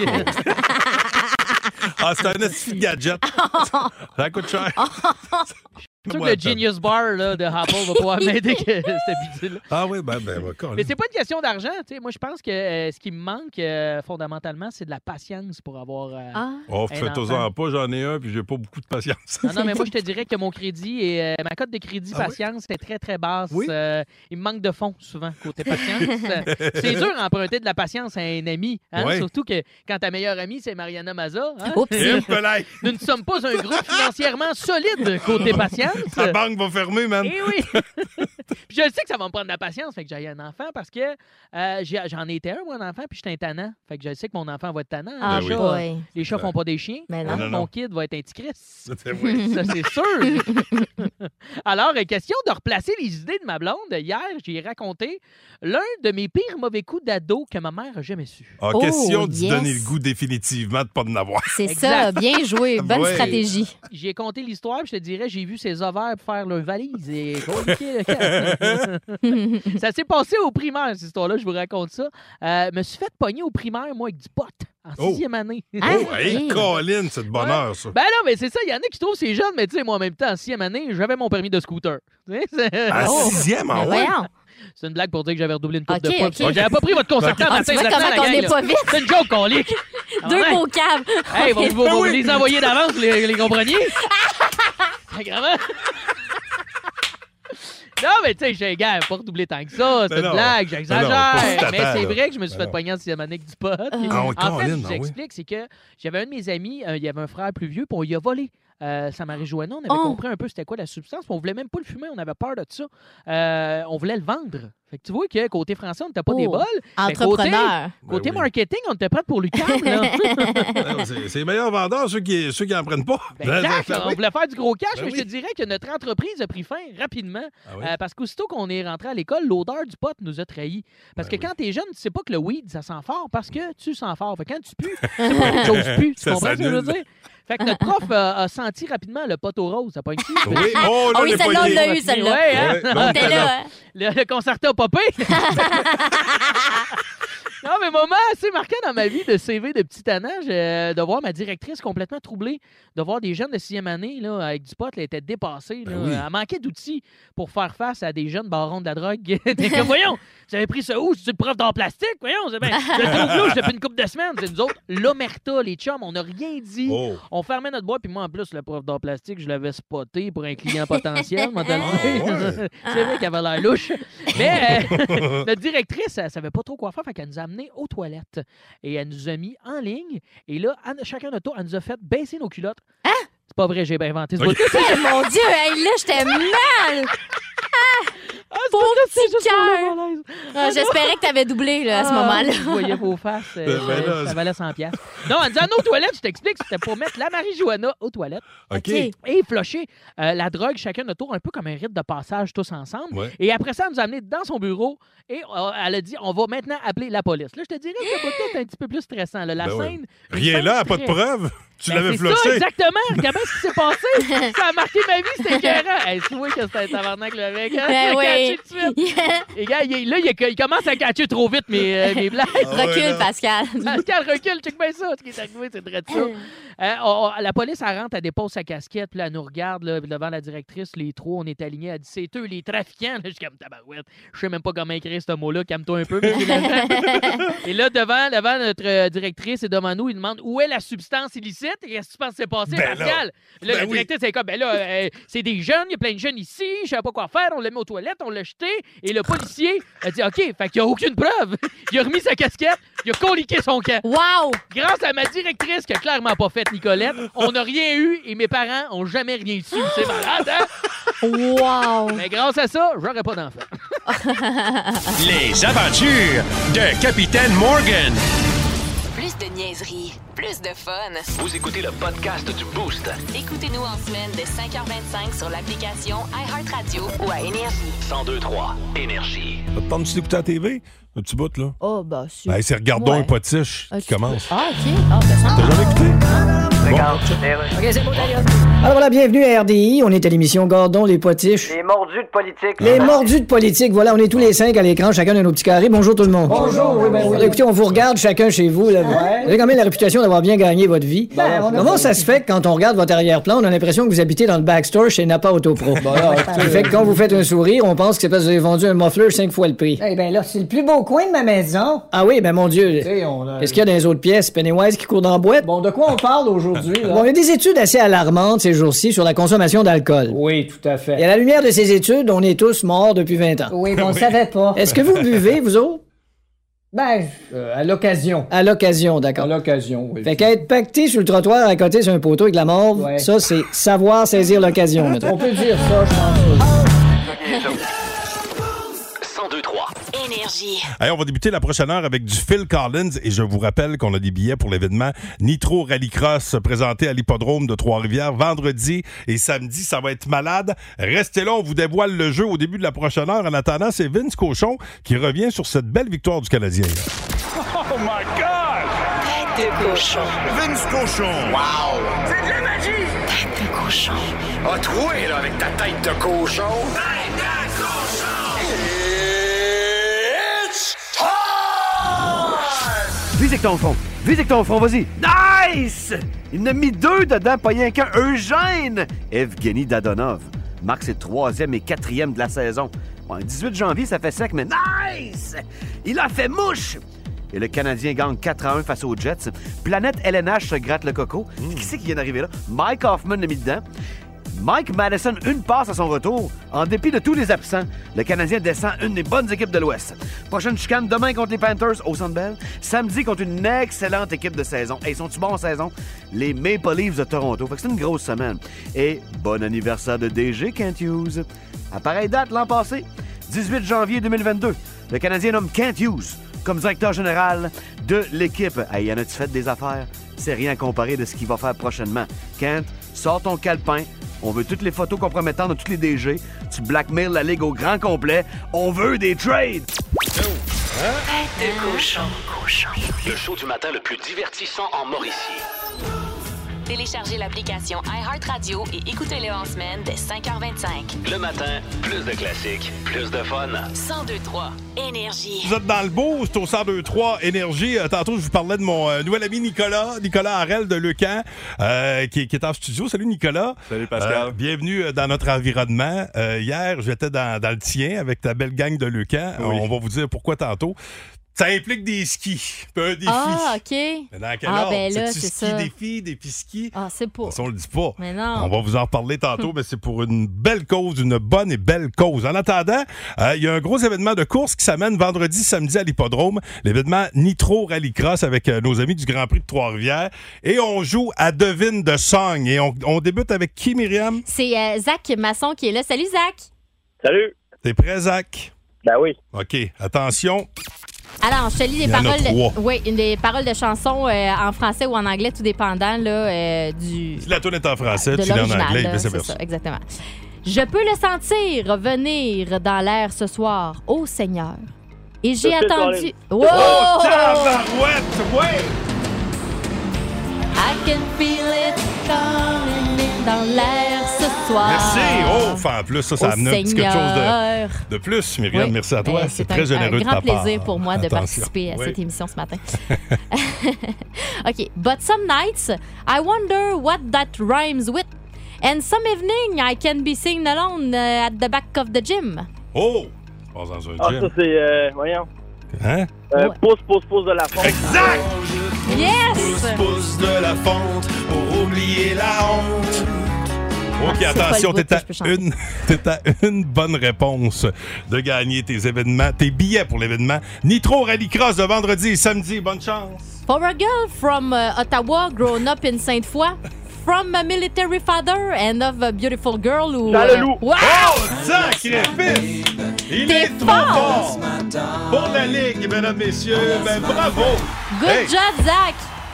Ah, c'est un esti de gadget. Ça coûte cher. Je suis sûr que le Genius Bar là, de Apple va pouvoir m'aider que cette bidule. Ah oui, ben, ben, ben Mais c'est pas une question d'argent. Tu sais. Moi, je pense que euh, ce qui me manque euh, fondamentalement, c'est de la patience pour avoir euh, Ah. Oh, un faites-en enfant. pas, j'en ai un, puis j'ai pas beaucoup de patience. Non, non, mais moi, je te dirais que mon crédit et euh, ma cote de crédit Ah patience est très, très basse. Oui? Euh, il me manque de fonds, souvent, côté patience. C'est dur d'emprunter de la patience à un ami. Hein? Oui. Surtout que quand ta meilleure amie, c'est Mariana Maza. Hein? Oups. Et pelay, Nous ne sommes pas un groupe financièrement solide côté patience. ta banque va fermer, man. Eh oui! Puis je le sais que ça va me prendre de la patience, fait que j'ai un enfant parce que euh, j'ai- j'en étais un, moi, un enfant, puis j'étais un tannant. Fait que je sais que mon enfant va être tannant. Ah, les, Ben chats, boy. euh, les chats font pas des chiens. Mais Hein? non. Non, Mon non. kid va être un petit Chris. Oui. Ça, c'est sûr. Alors, euh, question de replacer les idées de ma blonde. Hier, j'ai raconté l'un de mes pires mauvais coups d'ado que ma mère a jamais su. Ah, Oh, question d'y yes. donner le goût définitivement de pas de n'avoir. C'est Exact. ça, bien joué. Bonne Ouais. stratégie. J'ai compté l'histoire, puis je te dirais, j'ai vu ses ovaires faire leur valise et coliquer le camp. Ça s'est passé au primaire, cette histoire-là, je vous raconte ça. Euh, me suis fait pogner au primaire, moi, avec du pot, en Oh. sixième année. Hein? Oh, hey, Oui. Colin, c'est de bonheur, ça. Ben non, mais c'est ça, il y en a qui trouvent c'est jeune, mais tu sais, moi, en même temps, en sixième année, j'avais mon permis de scooter. Tu sais, c'est- À Oh. sixième, en Ben, ouais. voyons. C'est une blague pour dire que j'avais redoublé une coupe Ok, de fois. ok. Oh, j'avais pas pris votre concertant Ah, matin, tu vois vous êtes comment là, la on gang, n'est là. pas vite? C'est une joke qu'on lique. Deux ouais. mots caves. Hey, vous, vous, Ben vous oui. les envoyez d'avance, vous les, les compreniez? C'est grave. Non, mais tu sais, j'ai gars, pas redoublé tant que ça. C'est Ben une non. blague, Ben j'exagère. non, pas si t'attends, mais c'est là. vrai que je me suis Ben fait non. pogner en sixième année avec du pot. Ah, oui, En fait, Colin, je vous ah oui. explique, c'est que j'avais un de mes amis, euh, il y avait un frère plus vieux, puis on y a volé. Euh, sa marijuana, on avait Oh. compris un peu c'était quoi la substance, puis on voulait même pas le fumer, on avait peur de ça. Euh, on voulait le vendre. Fait que tu vois que côté français, on n'était pas Oh. des bols. mais côté- Entrepreneur. Côté Ben oui. marketing, on était prêt pour l'U Q A M. là. Ben, c'est, c'est les meilleurs vendeurs, ceux qui, ceux qui en prennent pas. Ben, exact, on voulait faire du gros cash, Ben mais je oui. te dirais que notre entreprise a pris fin rapidement. Ah oui? Euh, parce qu'aussitôt qu'on est rentré à l'école, l'odeur du pot nous a trahis. Parce Ben que oui. quand t'es jeune, tu sais pas que le weed, ça sent fort parce que tu sens fort. Fait que quand tu pues, c'est pas quelque chose pue. Tu Ça comprends ce que je veux s'annule. dire? Fait que notre prof euh, a senti rapidement le pot au rose. Ça pas une Oui. Oh, là, Ah oui, les celle-là, on poignets. l'a eu, celle-là. Ouais, hein? Ouais, On non, était là. hein. Le, le concerto a popé. Non, mais moment assez marquant dans ma vie de C V de petit tannage, euh, de voir ma directrice complètement troublée, de voir des jeunes de sixième année là, avec du pot, elle était dépassée. Là. Ben oui. Elle manquait d'outils pour faire face à des jeunes barons de la drogue. T'es comme, voyons, vous avez pris ça où? C'est le prof d'art plastique? Voyons, c'est bien. Je le trouve louche depuis une couple de semaines. C'est nous autres, l'omerta, les chums, on n'a rien dit. Oh. On fermait notre boîte, puis moi, en plus, le prof d'art plastique, je l'avais spoté pour un client potentiel. moi, te le Ah, dire. C'est vrai qu'elle avait l'air louche. Mais euh, notre directrice, elle savait pas trop quoi faire, fait qu'elle nous a amenés aux toilettes. Et elle nous a mis en ligne. Et là, à- chacun notre tour, elle nous a fait baisser nos culottes. Hein? C'est pas vrai, j'ai bien inventé ce Ok. bout-là. Eh, mon Dieu, hey, là, j'étais mal. Ah, c'est Pauvre pas vrai, c'est petit juste pour le cœur. malaise. Ah, J'espérais que t'avais doublé là, à ce Ah, moment-là. Je voyais vos faces. euh, Ben, ben là, ça c'est- valait cent piastres. Non, elle nous a amenés aux toilettes, je t'explique, c'était pour mettre la marijuana aux toilettes. OK. OK. Et flusher euh, la drogue, chacun notre tour, un peu comme un rite de passage tous ensemble. Ouais. Et après ça, elle nous a amenés dans son bureau et euh, elle a dit on va maintenant appeler la police. Là, je te dirais que ce bout-là, c'est un petit peu plus stressant. là. La Ben ouais. scène. une Rien scène là, pas de très- preuve. Tu Ben, l'avais c'est ça, floché. exactement. Regarde bien ce qui s'est passé. Ça a marqué ma vie, c'était écœurant. Hey, tu vois que c'était un tabarnak, le mec. Hein? Ben Il a oui. catché tout de suite. Et gars, il, là, il, il commence à catcher trop vite mes, euh, mes blagues. Ah ouais, Recule, là. Pascal. Pascal, recule, check bien ça. Ce qui est arrivé, c'est vrai de ça. Euh, on- on- la police, elle rentre, elle dépose sa casquette, puis là, elle nous regarde là, devant la directrice. Les trois, on est alignés. Elle dit c'est eux, les trafiquants. Là, je suis comme tabarouette. Je sais même pas comment écrire ce mot-là. Calme-toi un peu, monsieur l'agent. Et là, devant, devant notre euh, directrice et devant nous, il demande où est la substance illicite. Qu'est-ce que tu penses que c'est passé, Ben Pascal? là. Là, Ben la oui. directrice, c'est comme ben là, euh, c'est des jeunes, il y a plein de jeunes ici, je savais pas quoi faire, on l'a mis aux toilettes, on l'a jeté. Et le policier a dit OK, fait qu'il n'y a aucune preuve. Il a remis sa casquette, il a coliqué son camp. Wow! Grâce à ma directrice qui a clairement pas fait Nicolette, on n'a rien eu et mes parents ont jamais rien su. C'est malade, hein? Wow! Mais grâce à ça, j'aurais pas d'enfant. Les aventures de Capitaine Morgan. Plus de niaiserie, plus de fun. Vous écoutez le podcast du Boost. Écoutez-nous en semaine de cinq heures vingt-cinq sur l'application iHeartRadio ou à Énergie. cent deux trois Énergie. Ça te tente d'écouter la T V? Un petit bout, là? Oh, bah, si. Ben, c'est Regardons Ouais. un potiche Ah, qui tu- commence. Ah, OK. Ah, ben, ça. T'as jamais écouté? Regarde. OK, c'est bon, d'ailleurs. Alors voilà, bienvenue à R D I. On est à l'émission Gordon les potiches. Les mordus de politique. Les mordus de politique, voilà, on est tous les cinq à l'écran, chacun de nos petits carrés. Bonjour tout le monde. Bonjour, oui, ben oui. Alors, écoutez, on vous regarde chacun chez vous. Là. Vous avez quand même la réputation d'avoir bien gagné votre vie. Ben, on a Comment fait- ça se fait que quand on regarde votre arrière-plan, on a l'impression que vous habitez dans le backstore chez Napa Autopro? Bon, là, Ce qui fait que quand vous faites un sourire, on pense que c'est parce que vous avez vendu un muffler cinq fois le prix. Eh ben là, c'est le plus beau coin de ma maison. Ah oui, ben mon Dieu. Tu sais, on a- Qu'est-ce qu'il y a dans les autres pièces? Pennywise qui court dans la boîte? Bon, de quoi on parle aujourd'hui, là? Bon, il y a des études assez alarmantes ces jours-ci sur la consommation d'alcool. Oui, tout à fait. Et à la lumière de ces études, on est tous morts depuis vingt ans. Oui, mais on le savait pas. Est-ce que vous buvez, vous autres? Ben, euh, à l'occasion. À l'occasion, À d'accord. l'occasion, oui. Fait qu'être pacté sur le trottoir à côté sur un poteau avec la morve, Ouais. ça, c'est savoir saisir l'occasion, mettons. On peut dire ça, je pense. cent deux trois Énergie. Hey, on va débuter la prochaine heure avec du Phil Collins et je vous rappelle qu'on a des billets pour l'événement Nitro Rallycross présenté à l'hippodrome de Trois-Rivières vendredi et samedi. Ça va être malade. Restez là, on vous dévoile le jeu au début de la prochaine heure. En attendant, c'est Vince Cochon qui revient sur cette belle victoire du Canadien. Oh my God! Tête de cochon. Vince Cochon! Wow! C'est de la magie! Tête de cochon. A troué, là, avec ta tête de cochon! Tête de cochon! It's time! Visez ton front. Visez ton front, vas-y. Nice! Il en a mis deux dedans, pas rien qu'un. Eugène! Evgeny Dadonov marque ses troisième et quatrième de la saison. Bon, le dix-huit janvier, ça fait sec, mais nice! Il a fait mouche! Et le Canadien gagne quatre à un face aux Jets. Planète L N H se gratte le coco. Qui c'est qui vient d'arriver là? Mike Hoffman l'a mis dedans. Mike Madison, une passe à son retour. En dépit de tous les absents, le Canadien descend une des bonnes équipes de l'Ouest. Prochaine chicane demain contre les Panthers au Centre Bell. Samedi contre une excellente équipe de saison. Et hey, sont-ils bons en saison? Les Maple Leafs de Toronto. Fait que c'est une grosse semaine. Et bon anniversaire de D G Kent Hughes. À pareille date l'an passé, dix-huit janvier deux mille vingt-deux, le Canadien nomme Kent Hughes comme directeur général de l'équipe. Hey, y en a-tu fait des affaires? C'est rien comparé de ce qu'il va faire prochainement. Kent, sors ton calepin. On veut toutes les photos compromettantes de tous les D G. Tu blackmail la Ligue au grand complet. On veut des trades. Tête de cochon. Cochon. Le show du matin le plus divertissant en Mauricie. Téléchargez l'application iHeartRadio et écoutez-le en semaine dès cinq heures vingt-cinq. Le matin, plus de classiques, plus de fun. cent deux trois Énergie. Vous êtes dans le boost au cent deux trois Énergie. Euh, tantôt, je vous parlais de mon euh, nouvel ami Nicolas, Nicolas Harel de Leucan, euh, qui, qui est en studio. Salut Nicolas. Salut Pascal. Euh, bienvenue euh, dans notre environnement. Euh, hier, j'étais dans, dans le tien avec ta belle gang de Leucan. Oui. On va vous dire pourquoi tantôt. Ça implique des skis, puis un défi. Ah, OK. Mais dans quel Ah, ordre? ben là, C'est-tu c'est ski ça. défi, défi ski? Ah, c'est pas. Ça, on le dit pas. Mais non. On va vous en reparler tantôt, mais c'est pour une belle cause, une bonne et belle cause. En attendant, euh, il y a un gros événement de course qui s'amène vendredi, samedi à l'hippodrome, l'événement Nitro Rallycross avec euh, nos amis du Grand Prix de Trois-Rivières. Et on joue à Devine de Song. Et on, on débute avec qui, Myriam? C'est euh, Zach Masson qui est là. Salut, Zach. Salut. T'es prêt, Zach? Ben oui. OK, attention. Alors, je te lis les Il y en a paroles. trois. Oui, des paroles de chansons euh, en français ou en anglais, tout dépendant là, euh, du. Si la toune est en français, de tu l'as en l'original, anglais, là, et c'est vice-versa. ça, exactement. Je peux le sentir venir dans l'air ce soir, ô Seigneur. Et j'ai Je sais, attendu. Colin. Oh, tabarouette! Ouais! I can feel it coming in dans l'air ce soir. Merci! Oh, enfin, en plus, ça, ça Ô amène un petit quelque chose Seigneur. de, de plus, Myriam. Oui. Merci à toi. Ben, c'est un- très généreux de un grand ta part. plaisir pour moi de Attention. participer à Oui. cette émission ce matin. OK. But some nights, I wonder what that rhymes with. And some evening, I can be singing alone uh, at the back of the gym. Oh! Tu passes dans un Ah, gym. ça, c'est. Euh, voyons. Hein? Euh, Ouais. Pouce, pouce, pouce de la fonte. Exact! Yes! Pousse de la fonte pour oublier la honte. OK, c'est pas attention, le bout t'es que à, je peux chanter. une, t'es à une bonne réponse de gagner tes événements, tes billets pour l'événement Nitro Rallycross de vendredi et samedi. Bonne chance! For a girl from uh, Ottawa, grown up in Sainte-Foy, from a military father and of a beautiful girl who... Dans le loup. Wow! Oh, sacrifice! Il T'es est trop fort! fort! Pour la Ligue, mesdames, messieurs, ben bravo! Good Hey, job, Zach!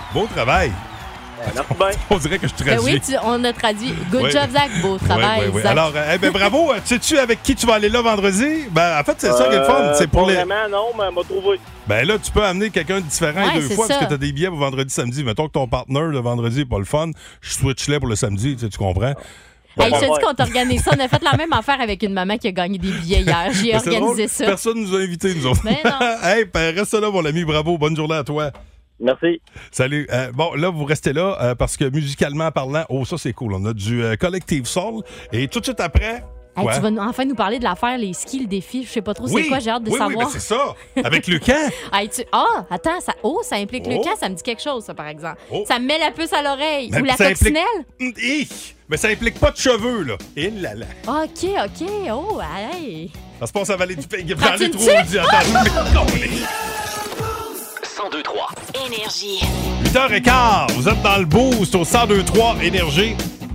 Beau travail. Merci bien. On dirait que je Ben traduis. oui, tu- on a traduit. Good Oui. job, Zach. Beau travail. Oui, oui, oui. Zach. Alors, euh, eh ben, bravo. Euh, Sais-tu avec qui tu vas aller là vendredi? Ben, en fait, c'est ça qui est le fun. Euh, C'est pour pas les. Vraiment, non, mais elle m'a trouvé. Ben là, tu peux amener quelqu'un de différent Ouais, les deux c'est fois ça. parce que tu as des billets pour vendredi, samedi. Mettons que ton partenaire le vendredi n'est pas le fun, je switch-les pour le samedi, tu, sais, tu comprends? Hey, je te Ouais. dis qu'on t'organise ça. On a fait la même affaire avec une maman qui a gagné des billets hier. J'ai Ben, c'est organisé drôle, ça. Personne nous a invités, nous autres. Mais non. Hey, ben, reste là, mon ami. Bravo. Bonne journée à toi. Merci. Salut. Euh, bon, là, vous restez là euh, parce que musicalement parlant, oh, ça, c'est cool. On a du euh, Collective Soul. Et tout de suite après. Hey, quoi? tu vas nous- enfin nous parler de l'affaire, les skis, le défi. Je sais pas trop Oui, c'est quoi, j'ai hâte de oui, savoir. Oui, ben, c'est ça. Avec Lucas. Hey, tu... Ah, attends, ça... Oh, ça implique Oh. Lucas, ça me dit quelque chose, ça, par exemple. Oh. Ça me met la puce à l'oreille. Mais Ou la ça implique- coccinelle. Hum, hi! Mais ça implique pas de cheveux, là. Et là, là. OK, OK. Oh, hey. Ça se passe à Vallée du Pays. Prends-tu une trop tuque? dit. Attends, cent deux trois Énergie. huit heures quinze, vous êtes dans le boost au cent deux trois Énergie.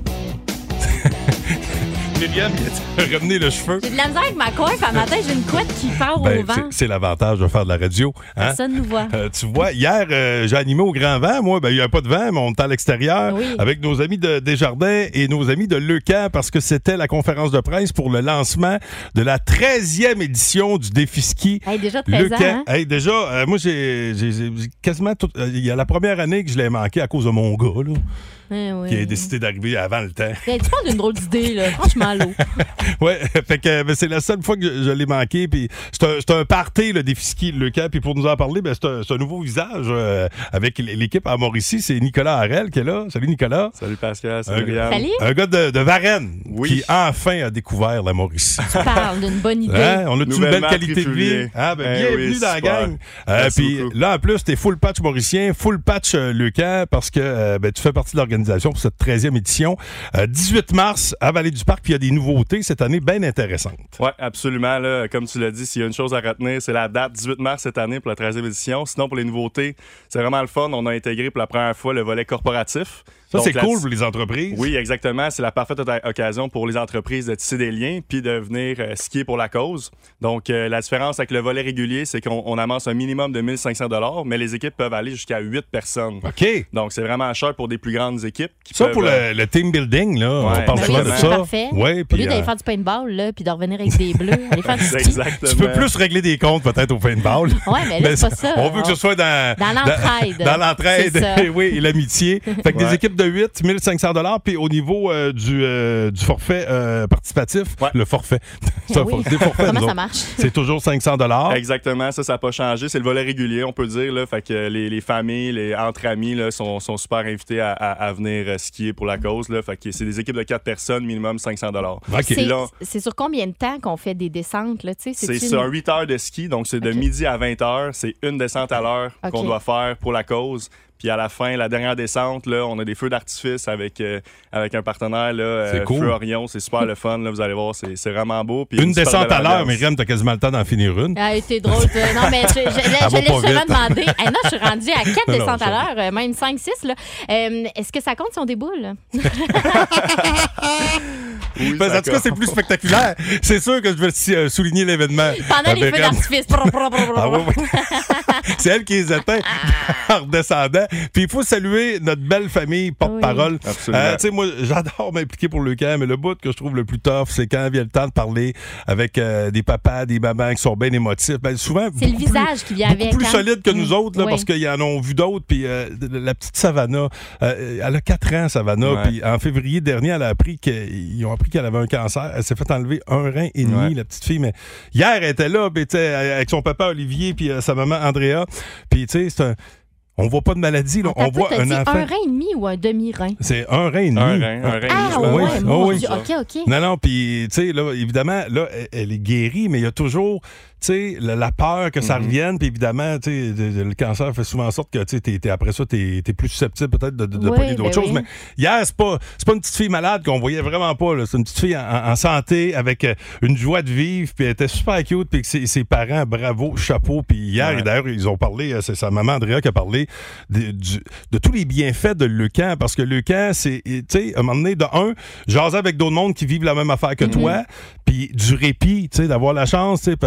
Myriam, revenez le cheveu. J'ai de la misère avec ma coiffe. À matin, j'ai une couette qui part Ben, au vent. c'est- c'est l'avantage de faire de la radio. Hein? Personne nous voit. Euh, tu vois, hier, euh, j'ai animé au grand vent. Moi, ben, il n'y a pas de vent, mais on était à l'extérieur Oui. avec nos amis de Desjardins et nos amis de Leucan parce que c'était la conférence de presse pour le lancement de la treizième édition du défi ski. Hey, déjà treize ans, Leucan. hein? Hey, déjà, euh, moi, j'ai j'ai- j'ai quasiment tout. euh, Il y a la première année que je l'ai manqué à cause de mon gars, là, Eh oui. qui a décidé d'arriver avant le temps. Hey, tu parles d'une drôle d'idée, là. Franchement, l'eau. Ouais, fait que ben, c'est la seule fois que je, je l'ai manqué. Puis c'est un, c'est un party, le défi ski Le Camp. Puis pour nous en parler, ben, c'est un, c'est un nouveau visage euh, avec l'équipe à Mauricie. C'est Nicolas Harel qui est là. Salut Nicolas. Salut Pascal, Un, salut Myriam. Salut. un gars de, de Varennes Oui. qui enfin a découvert la Mauricie. Tu parles d'une bonne idée. Hein? On a une Nouvelle belle marque qualité de vie. Rivulien. Ah, ben, Eh bienvenue oui, dans la super. gang. Euh, Merci Puis beaucoup. là, en plus, t'es full patch mauricien, full patch euh, Le Camp parce que euh, ben, tu fais partie de l'organisation pour cette treizième édition. Euh, dix-huit mars à Vallée-du-Parc, puis il y a des nouveautés cette année bien intéressantes. Oui, absolument. Là, comme tu l'as dit, s'il y a une chose à retenir, c'est la date dix-huit mars cette année pour la treizième édition. Sinon, pour les nouveautés, c'est vraiment le fun. On a intégré pour la première fois le volet corporatif. Ça, Donc, c'est la- cool pour les entreprises. Oui, exactement. C'est la parfaite oca- occasion pour les entreprises de tisser des liens puis de venir euh, skier pour la cause. Donc, euh, la différence avec le volet régulier, c'est qu'on on amasse un minimum de mille cinq cents dollars, mais les équipes peuvent aller jusqu'à huit personnes. OK. Donc, c'est vraiment cher pour des plus grandes équipes. Qui Ça, peuvent, pour euh, le, le team building, là, on Ouais, parle Ben souvent oui, de c'est ça. parfait. Ouais, Au puis, lieu d'aller euh, faire du paintball, là, puis de revenir avec des bleus, aller faire du c'est ski. exactement. tu peux plus régler des comptes peut-être au paintball. Ouais, mais là, c'est pas ça. On veut que ce soit dans... Dans l'entraide. Dans, dans l'entraide, C'est ça. oui, et l'amitié. Fait que des Ouais. équipes de huit, mille cinq cents dollars. Puis au niveau euh, du, euh, du forfait euh, participatif, Ouais. le forfait. Eh C'est un oui. for- des forfaits, Comment nous ça autres. marche? C'est toujours cinq cents dollars. Exactement, ça, ça n'a pas changé. C'est le volet régulier, on peut dire. Là. Fait que les, les familles, les entre amis là, sont, sont super invités à, à- à venir euh, skier pour la cause. Là. Fait que c'est des équipes de quatre personnes, minimum cinq cents dollars. OK. C'est là- c'est sur combien de temps qu'on fait des descentes, là, tu sais? C'est c'est-tu sur une- un huit heures de ski, donc c'est de OK. midi à vingt heures. C'est une descente à l'heure OK. qu'on doit faire pour la cause. Puis à la fin, la dernière descente, là, on a des feux d'artifice avec, euh, avec un partenaire, là, euh, C'est cool. Feu Orion. C'est super le fun. Là, vous allez voir, c'est c'est vraiment beau. Puis Une super descente belle à l'heure, ambiance. Myriam, t'as quasiment le temps d'en finir une. Ah, c'est drôle. ça. Non, mais je, je, je, va je pas l'ai justement vite. demandé. Eh non, je suis rendue à quatre Non, descentes à ça- l'heure, euh, même cinq, six. Là. Euh, Est-ce que ça compte si on déboule? Oui, Ben, ça en tout cas, c'est compte. plus spectaculaire. C'est sûr que je vais euh, souligner l'événement. Pendant Euh, les feux Myriam. d'artifice. Brr, brr, brr, brr, Ah oui, brr. oui. C'est elle qui les atteint en redescendant. Puis il faut saluer notre belle famille porte-parole. Oui. Absolument. Euh, tu sais, moi, j'adore m'impliquer pour le camp, mais le bout que je trouve le plus tough, c'est quand vient le temps de parler avec euh, des papas, des mamans qui sont bien émotifs. Ben, souvent, C'est le beaucoup visage plus- qui vient beaucoup avec. plus hein? solide que nous Mm. autres, là, Oui. parce qu'ils en ont vu d'autres. Puis euh, la petite Savannah, euh, elle a quatre ans, Savannah. Ouais. Puis en février dernier, elle a appris qu'ils ont appris qu'elle avait un cancer. Elle s'est fait enlever un rein et demi, Ouais. la petite fille. Mais hier, elle était là, puis, tu sais, avec son papa Olivier, puis euh, sa maman Andrea. Puis, tu sais, c'est un. On voit pas de maladie, là. Attends, On voit t'as un dit enfant. un rein et demi ou un demi-rein? C'est un rein et demi. Un rein, un rein et demi, Ah, je ouais, pense. oui, mon oui. Dieu. OK, OK. Non, non, puis, tu sais, là, évidemment, là, elle, elle est guérie, mais il y a toujours, tu sais, la, la peur que ça Mhm. revienne, puis évidemment, tu sais, de- de- le cancer fait souvent en sorte que, tu sais, t'es- t'es- après ça, t'es es plus susceptible peut-être de, de, de Oui, pogner d'autres ben choses. oui. Mais hier, c'est pas, c'est pas une petite fille malade qu'on voyait vraiment pas, là. C'est une petite fille en, en- en santé, avec euh, une joie de vivre, puis elle était super cute, puis que ses, ses parents, bravo, chapeau. Puis hier, Ouais. d'ailleurs, ils ont parlé, euh, c'est sa maman Andrea qui a parlé de, du- de tous les bienfaits de Leucan, parce que Leucan, c'est, tu sais, à un moment donné, de un, jaser avec d'autres mondes qui vivent la même affaire que Mhm. toi, puis du répit, tu sais, d'avoir la chance, tu sais, papa et maman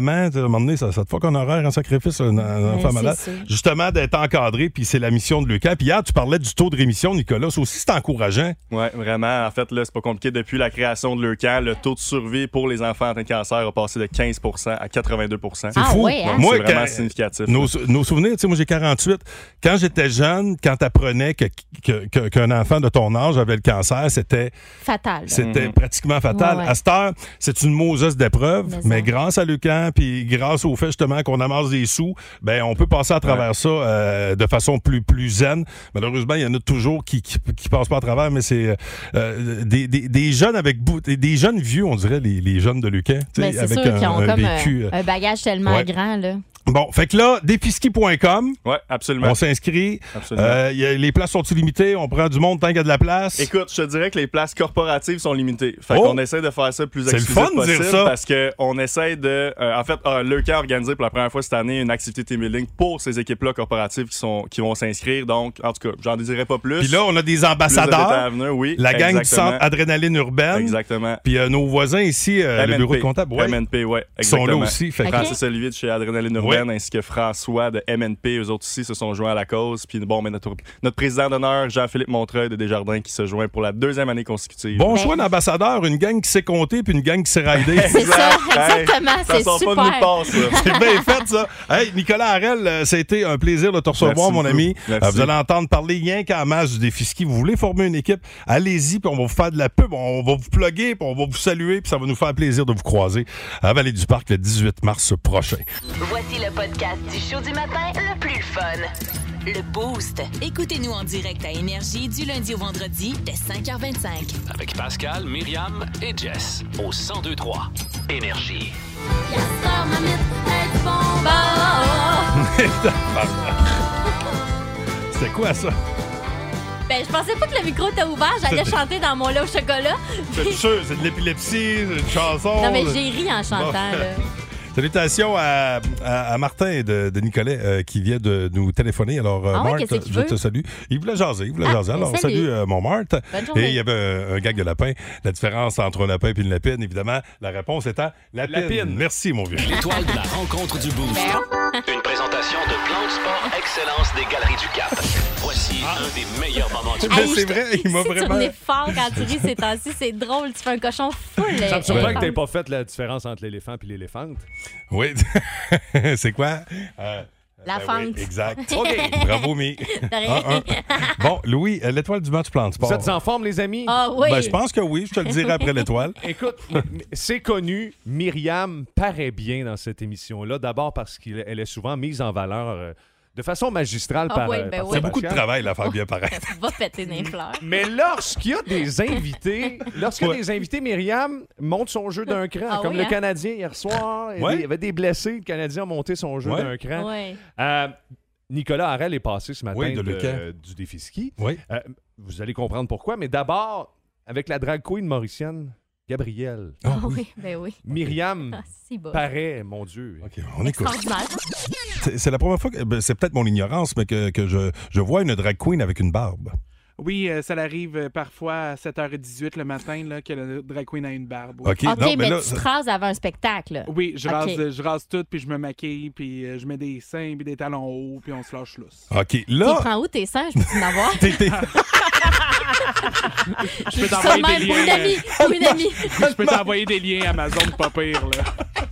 maman, à un moment donné, ça, ça te fait qu'un horaire, un sacrifice, un, un enfant malade. ça. Justement, d'être encadré, puis c'est la mission de Leucan. Puis hier, tu parlais du taux de rémission, Nicolas. Ça aussi, c'est encourageant. Oui, vraiment. En fait, là, c'est pas compliqué. Depuis la création de Leucan, le taux de survie pour les enfants atteints de cancer a passé de quinze pour cent à quatre-vingt-deux pour cent. C'est fou. ouais, hein? Moi, c'est vraiment quand- significatif. Nos, nos souvenirs, tu sais, moi j'ai quarante-huit. Quand j'étais jeune, quand tu apprenais que, que- que- qu'un enfant de ton âge avait le cancer, c'était, Fatal. c'était Mhm. pratiquement fatal. Ouais, ouais. À cette heure, c'est une moseuse d'épreuve, Mais mais, ça. grâce à Leucan, puis grâce au fait justement qu'on amasse des sous, ben on peut passer à travers ça euh, de façon plus, plus zen. Malheureusement, il y en a toujours qui, qui, qui passent pas à travers, mais c'est euh, des, des, des jeunes avec bou- des, des jeunes vieux, on dirait, les, les jeunes de Leucan, tu sais, Mais c'est avec sûr un, qu'ils ont un comme vécu. un, un bagage tellement Ouais. grand, là. Bon, fait que là, défiski point com. Oui, absolument. On s'inscrit. Absolument. Euh, y a- les places sont illimitées? On prend du monde tant qu'il y a de la place? Écoute, je te dirais que les places corporatives sont limitées. Fait Oh! qu'on essaie de faire ça le plus C'est le exclusif fun de dire possible ça. parce qu'on essaie de... euh, en fait, euh, Leucan a organisé pour la première fois cette année une activité team building pour ces équipes-là corporatives qui, sont, qui vont s'inscrire. Donc, en tout cas, j'en dirai pas plus. Puis là, on a des Plus de ambassadeurs. détails à venir, oui, La gang du exactement. centre Adrénaline Urbaine. Exactement. Puis euh, nos voisins ici, euh, le bureau de comptable. Ouais. M N P, oui. Ils sont là aussi, fait que- Francis Olivier de chez Adrénaline Urbaine ainsi que François de M N P, eux autres aussi se sont joints à la cause. Puis bon, mais notre, notre président d'honneur, Jean-Philippe Montreuil de Desjardins, qui se joint pour la deuxième année consécutive. Bon choix d'ambassadeur, une gang qui sait compter puis une gang qui sait rider. C'est ça, exactement, Hey, ça c'est sort super. pas de nulle part, ça. C'est bien fait, ça. Hey, Nicolas Harel, euh, ça a été un plaisir de te recevoir, Merci mon beaucoup. ami. Merci. Euh, vous allez entendre parler rien qu'à masse du défi ski. Vous voulez former une équipe? Allez-y, puis on va vous faire de la pub. On va vous plugger, puis on va vous saluer, puis ça va nous faire plaisir de vous croiser à Vallée du Parc le dix-huit mars prochain. Voici le podcast du show du matin le plus fun. Le Boost. Écoutez-nous en direct à Énergie du lundi au vendredi dès cinq heures vingt-cinq. Avec Pascal, Myriam et Jess au cent deux trois Énergie. C'était quoi ça? Ben, je pensais pas que le micro était ouvert. J'allais C'était- chanter dans mon lait au chocolat. C'est sûr, c'est de l'épilepsie, c'est une chanson. Non, mais j'ai ri en chantant, là. Salutations à, à, à Martin de, de Nicolet euh, qui vient de nous téléphoner. Alors, euh, Ah ouais, Marthe, qu'est-ce qu'il je veut? te salue. Il voulait jaser, il voulait Ah, jaser. ben, Alors, salut. salut, euh, mon Marthe. Bonne journée. Et il y avait un, un gag de lapin. La différence entre un lapin et une lapine, évidemment, la réponse étant lapine. Lapine. Merci, mon vieux. L'étoile de la rencontre du Boost. Une présentation de Plan de Sport Excellence des Galeries du Cap. Voici un des meilleurs moments du Mais Boost. c'est vrai, il m'a Si tu vraiment... es fort quand tu ris ces temps-ci, c'est drôle. Tu fais un cochon full. Ça me surprend euh, que t'aies pas fait la différence entre l'éléphant et l'éléphante. Oui. C'est quoi? Euh, La ben fente. oui, exact. OK. Bravo, Mi. De rien. Un, un. Bon, Louis, euh, l'étoile du match plan de sport. Vous êtes en forme, les amis? Ah oui. Ben, je pense que oui, je te le dirai après l'étoile. Écoute, m- c'est connu, Myriam paraît bien dans cette émission-là. D'abord parce qu'elle elle est souvent mise en valeur euh, de façon magistrale Ah par, oui, euh, ben par oui. C'est beaucoup de Pascal. travail, là, à faire bien paraître. Va péter des fleurs. Mais lorsqu'il y a des invités, lorsqu'il y a Ouais. des invités, Myriam monte son jeu d'un cran, Ah comme oui, le hein? Canadien hier soir. Il y Ouais. avait- il y avait des blessés, le Canadien a monté son jeu Ouais. d'un cran. Ouais. Euh, Nicolas Harel est passé ce matin Oui, de de- Leucan. du défi ski. Oui. Euh, vous allez comprendre pourquoi, mais d'abord, avec la drag queen mauricienne, Gabrielle. Ah Ah oui, ben oui. Myriam Ah, si bas. paraît, mon Dieu. OK, on écoute. Extraordinaire. C'est c'est la première fois que... ben, c'est peut-être mon ignorance, mais que, que je, je vois une drag queen avec une barbe. Oui, euh, ça arrive euh, parfois à sept heures dix-huit le matin là, que le drag queen a une barbe. oui. OK, OK, non, mais, mais là... tu te rases avant un spectacle. Oui, je OK. rase, euh, je rase tout, puis je me maquille, puis euh, je mets des seins, puis des talons hauts, puis on se lâche lousse. OK, Tu là... prends où tes seins? Je peux en avoir? t'es- t'es- Je peux t'envoyer Sûrement des pour une liens. amie. Pour une amie. Je peux t'envoyer des liens Amazon, pas pire, là.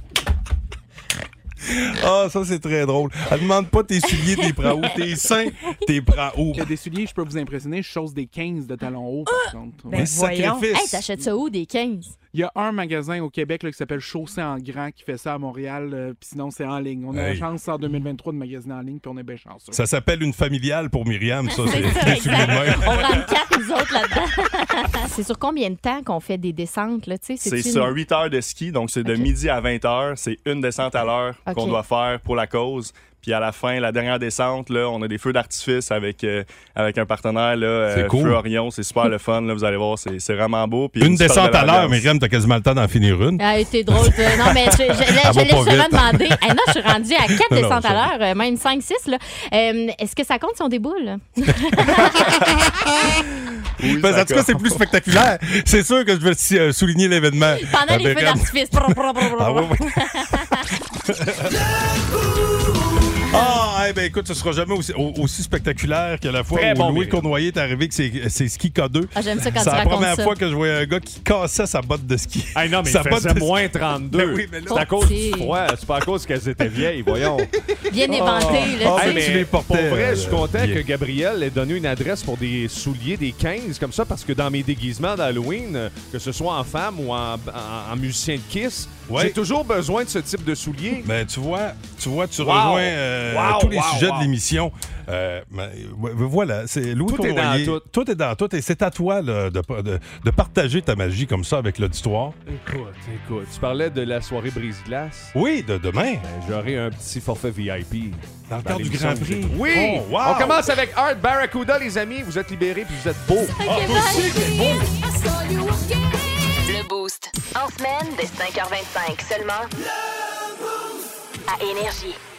Ah, ça, c'est très drôle. Elle demande pas tes souliers, t'es prends où? Tes seins, t'es prends où? Il y a des souliers, je peux vous impressionner, je chose des quinze de talons hauts, par contre. Ben Un voyons. sacrifice. Hey, t'achètes ça où, des quinze? Il y a un magasin au Québec là, qui s'appelle Chaussée en Grand qui fait ça à Montréal, euh, puis sinon c'est en ligne. On a Hey. la chance en deux mille vingt-trois de magasiner en ligne, puis on est bien chanceux. Ça s'appelle une familiale pour Myriam, ça. C'est ça, des souliers de exact. même. On rentre quatre, nous autres, là-dedans. C'est sur combien de temps qu'on fait des descentes, là, tu sais? C'est C'est-tu sur une- huit heures de ski, donc c'est de OK. midi à vingt heures. C'est une descente à l'heure OK. qu'on doit faire pour la cause. Puis à la fin, la dernière descente, là, on a des feux d'artifice avec, euh, avec un partenaire, là, euh, C'est cool. Feu Orion. C'est super le fun, là, vous allez voir, c'est c'est vraiment beau. Puis Une super descente belle à l'heure, ambiance. Myriam, t'as quasiment le temps d'en finir une. Ah, c'est drôle. ça. Non, mais je, je, je, Elle je va l'ai pas justement vite. demandé. Hey, non, je suis rendue à quatre Non, descentes à ça- l'heure, euh, même cinq, six. Là. Euh, est-ce que ça compte si on déboule? Oui, Ben, ça en tout cas, c'est compte. plus spectaculaire. C'est sûr que je vais euh, souligner l'événement. Pendant les Avec feux un- d'artifice. Ah, oui, oui. Ah, eh ben écoute, ce sera jamais aussi, au- aussi spectaculaire que la fois Très où bon, Louis Myriam. Cournoyer est arrivé que c'est, c'est ski K deux. Ah, j'aime ça quand C'est tu la racontes première ça. fois que je voyais un gars qui cassait sa botte de ski. Hey, non, mais Sa il botte faisait de moins ski. trente-deux. Ben oui, mais là- c'est à cause du Petit. froid. C'est pas à cause qu'elles étaient vieilles, voyons. Bien éventé, là. Ah, tu mais sais. tu les portais, Pour vrai, je suis euh, content bien. que Gabriel ait donné une adresse pour des souliers, des quinze, comme ça, parce que dans mes déguisements d'Halloween, euh, que ce soit en femme ou en, en- en musicien de Kiss, Ouais. j'ai toujours besoin de ce type de souliers. Ben, tu vois, tu vois, tu Wow. rejoins euh, Wow, tous les wow, sujets wow. de l'émission. Euh, ben, ouais, voilà, c'est Louis Tout est Cournoyer. dans tout. Tout est dans tout. Et c'est à toi là, de, de, de partager ta magie comme ça avec l'auditoire. Écoute, écoute, tu parlais de la soirée brise-glace. Oui, de demain. Ben, j'aurai un petit forfait V I P. Dans le cadre du l'émission Grand que j'ai- Prix. Oui! Oh, wow. On commence avec Art Barracuda, les amis. Vous êtes libérés puis vous êtes beaux. Ah, toi aussi, t'es beau. Le Boost. En semaine, dès cinq heures vingt-cinq seulement. À Énergie.